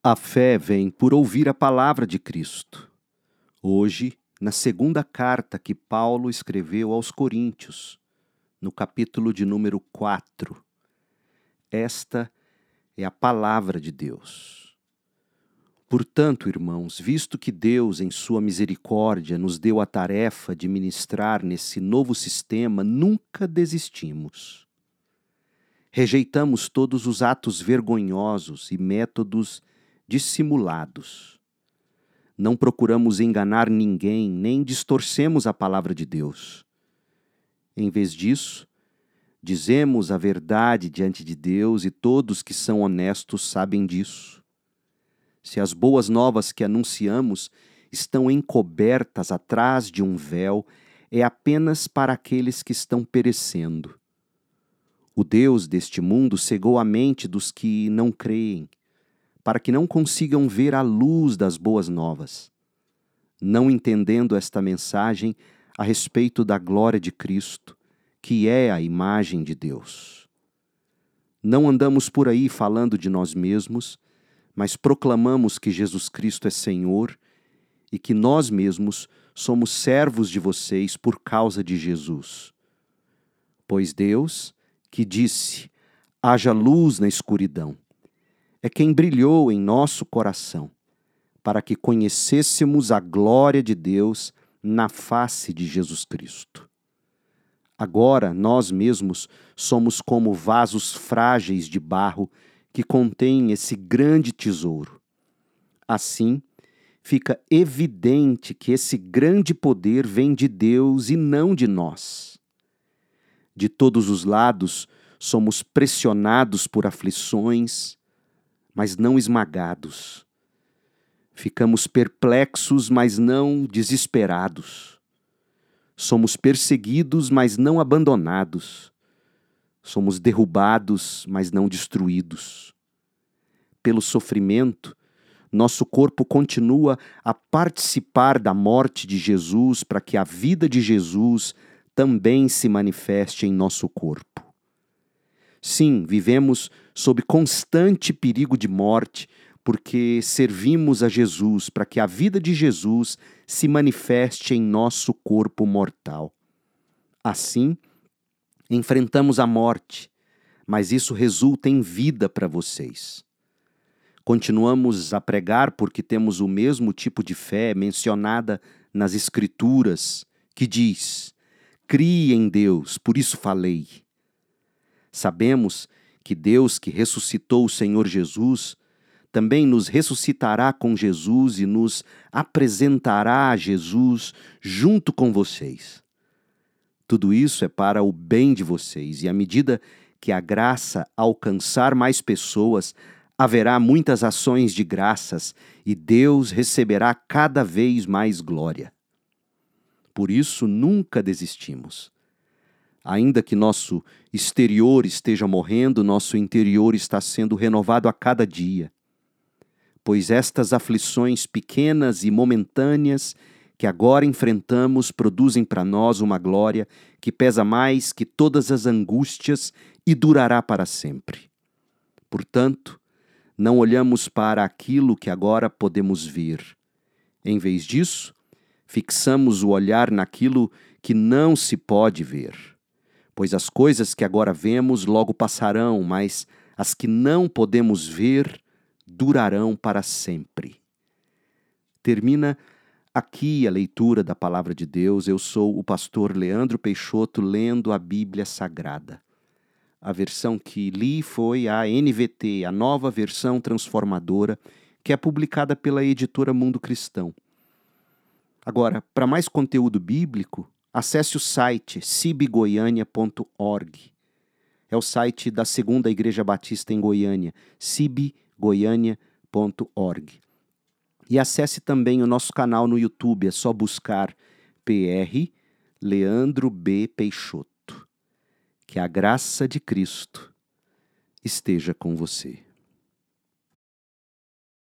A fé vem por ouvir a palavra de Cristo. Hoje, na segunda carta que Paulo escreveu aos Coríntios, no capítulo de número 4. Esta é a palavra de Deus. Portanto, irmãos, visto que Deus, em sua misericórdia, nos deu a tarefa de ministrar nesse novo sistema, nunca desistimos. Rejeitamos todos os atos vergonhosos e métodos dissimulados. Não procuramos enganar ninguém, nem distorcemos a palavra de Deus. Em vez disso, dizemos a verdade diante de Deus e todos que são honestos sabem disso. Se as boas novas que anunciamos estão encobertas atrás de um véu, é apenas para aqueles que estão perecendo. O Deus deste mundo cegou a mente dos que não creem, para que não consigam ver a luz das boas novas. Não entendendo esta mensagem a respeito da glória de Cristo, que é a imagem de Deus. Não andamos por aí falando de nós mesmos, mas proclamamos que Jesus Cristo é Senhor e que nós mesmos somos servos de vocês por causa de Jesus. Pois Deus, que disse, haja luz na escuridão, é quem brilhou em nosso coração, para que conhecêssemos a glória de Deus na face de Jesus Cristo. Agora nós mesmos somos como vasos frágeis de barro que contêm esse grande tesouro. Assim, fica evidente que esse grande poder vem de Deus e não de nós. De todos os lados somos pressionados por aflições, mas não esmagados. Ficamos perplexos, mas não desesperados. Somos perseguidos, mas não abandonados. Somos derrubados, mas não destruídos. Pelo sofrimento, nosso corpo continua a participar da morte de Jesus para que a vida de Jesus também se manifeste em nosso corpo. Sim, vivemos sob constante perigo de morte, porque servimos a Jesus para que a vida de Jesus se manifeste em nosso corpo mortal. Assim, enfrentamos a morte, mas isso resulta em vida para vocês. Continuamos a pregar porque temos o mesmo tipo de fé mencionada nas Escrituras, que diz: crie em Deus, por isso falei. Sabemos que Deus que ressuscitou o Senhor Jesus também nos ressuscitará com Jesus e nos apresentará a Jesus junto com vocês. Tudo isso é para o bem de vocês, e à medida que a graça alcançar mais pessoas, haverá muitas ações de graças e Deus receberá cada vez mais glória. Por isso nunca desistimos. Ainda que nosso exterior esteja morrendo, nosso interior está sendo renovado a cada dia. Pois estas aflições pequenas e momentâneas que agora enfrentamos produzem para nós uma glória que pesa mais que todas as angústias e durará para sempre. Portanto, não olhamos para aquilo que agora podemos ver. Em vez disso, fixamos o olhar naquilo que não se pode ver. Pois as coisas que agora vemos logo passarão, mas as que não podemos ver durarão para sempre. Termina aqui a leitura da Palavra de Deus. Eu sou o pastor Leandro Peixoto, lendo a Bíblia Sagrada. A versão que li foi a NVT, a Nova Versão Transformadora, que é publicada pela editora Mundo Cristão. Agora, para mais conteúdo bíblico, acesse o site cibgoiania.org. É o site da Segunda Igreja Batista em Goiânia, cibgoiania.org. E acesse também o nosso canal no YouTube, é só buscar PR Leandro B. Peixoto. Que a graça de Cristo esteja com você.